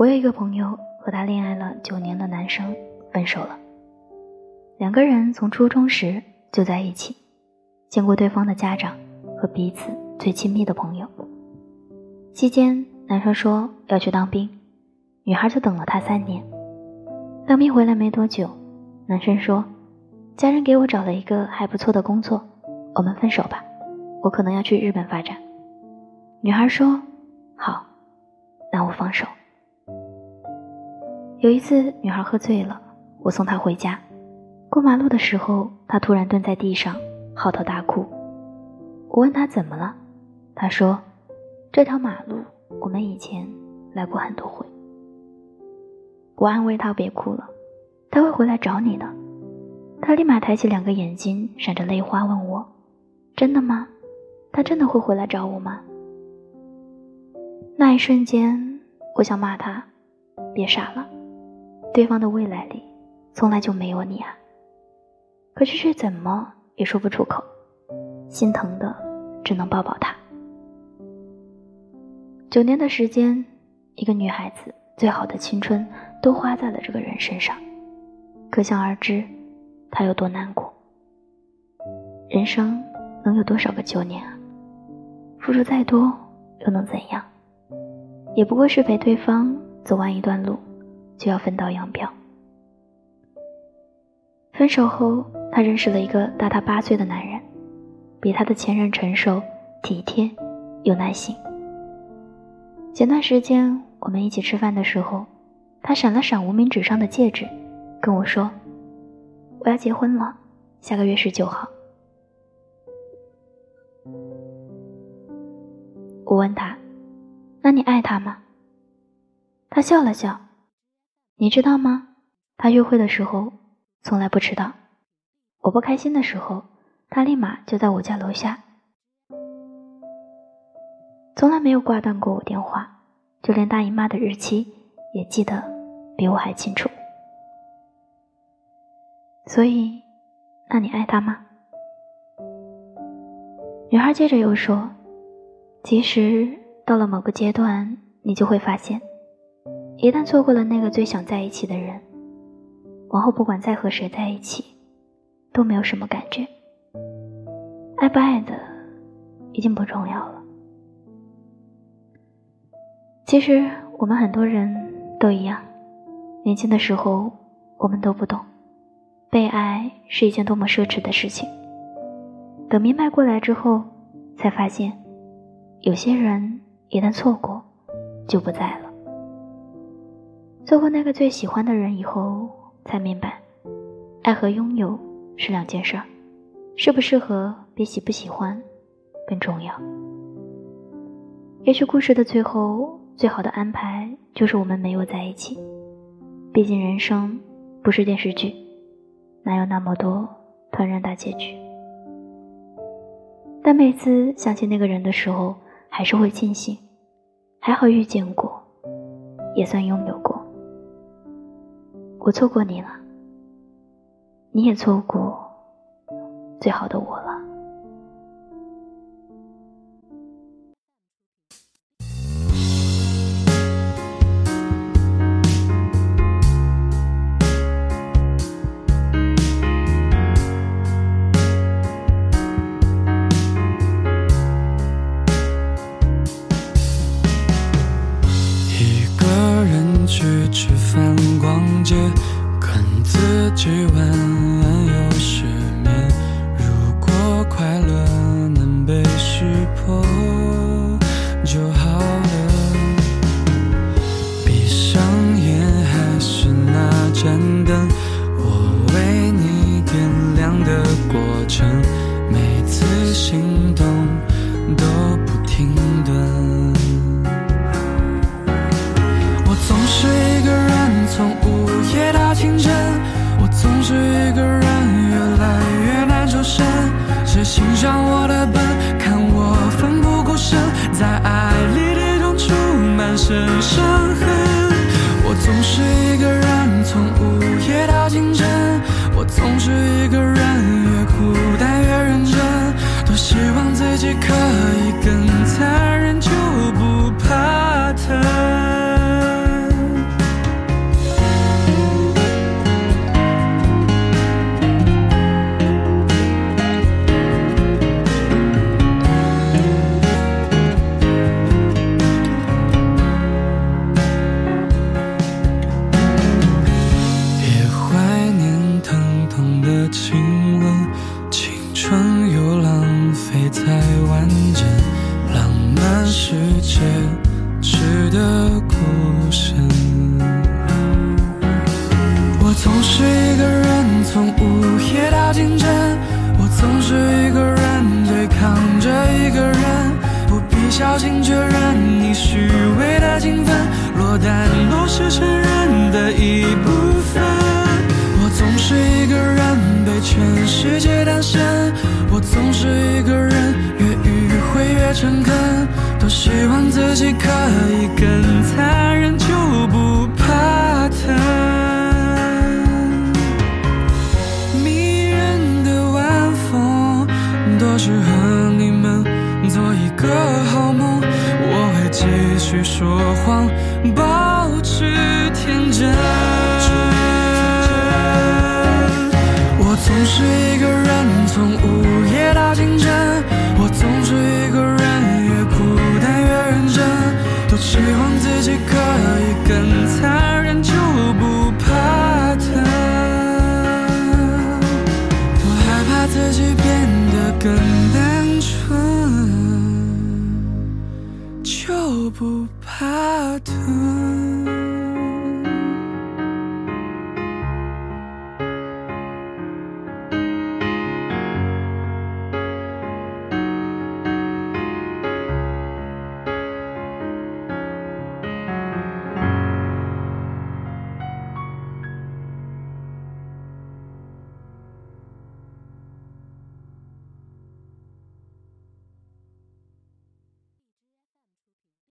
有一个朋友和他恋爱了9年的男生分手了。2个人从初中时就在一起，见过对方的家长和彼此最亲密的朋友。期间男生说要去当兵，女孩就等了他3年。当兵回来没多久，男生说家人给我找了一个还不错的工作，我们分手吧，我可能要去日本发展。女孩说好，那我放手。有一次女孩喝醉了，我送她回家，过马路的时候她突然蹲在地上嚎啕大哭。我问她怎么了，她说这条马路我们以前来过很多回。我安慰她别哭了，她会回来找你的。她立马抬起2个眼睛闪着泪花问我，真的吗？她真的会回来找我吗？那一瞬间我想骂她别傻了，对方的未来里从来就没有你啊。可是却怎么也说不出口，心疼的只能抱抱他。9年的时间，一个女孩子最好的青春都花在了这个人身上，可想而知她有多难过。人生能有多少个9年啊？付出再多又能怎样？也不过是陪对方走完一段路就要分道扬镳。分手后，他认识了一个大他8岁的男人，比他的前任成熟、体贴、有耐心。前段时间我们一起吃饭的时候，他闪了闪无名指上的戒指，跟我说我要结婚了，下个月19号。我问他，那你爱他吗？他笑了笑，你知道吗？他约会的时候从来不迟到，我不开心的时候他立马就在我家楼下，从来没有挂断过我电话，就连大姨妈的日期也记得比我还清楚。所以那你爱他吗？女孩接着又说，其实到了某个阶段，你就会发现，一旦错过了那个最想在一起的人，往后不管再和谁在一起都没有什么感觉，爱不爱的已经不重要了。其实我们很多人都一样，年轻的时候我们都不懂被爱是一件多么奢侈的事情，等明白过来之后才发现，有些人一旦错过就不在了。错过那个最喜欢的人以后，才明白爱和拥有是2件事儿，适不适合比喜不喜欢更重要。也许故事的最后，最好的安排就是我们没有在一起，毕竟人生不是电视剧，哪有那么多团圆大结局。但每次想起那个人的时候，还是会庆幸，还好遇见过，也算拥有过。我错过你了，你也错过最好的我了。 去吃饭逛街，跟自己玩又失眠。如果快乐能被识破就好了，闭上眼还是那盏灯，我为你点亮的过程，每次心动都不停顿。总是一个人从午夜到清晨，我总是一个人越来越难抽身，谁欣赏我的笨，看我奋不顾身，在爱里跌撞出满身伤痕。我总是一个人从午夜到清晨，我总是一个人越孤单越认真，多希望自己可以更残忍，就不怕疼。 是一个人从午夜到清晨，我总是一个人对抗着一个人，不必小心确认你虚伪的情分，落单都是承认的一部分。我总是一个人被全世界单身，我总是一个人越迂回越诚恳，多希望自己可以更残忍，就不怕疼。迷人的晚风多适合你们做一个好梦，我会继续说谎，保持天真。我总是一个人从午夜到清晨，我总是一个人越孤单越认真，多希望自己可以更残忍，就不怕疼，多害怕自己变得更单纯，就不怕疼。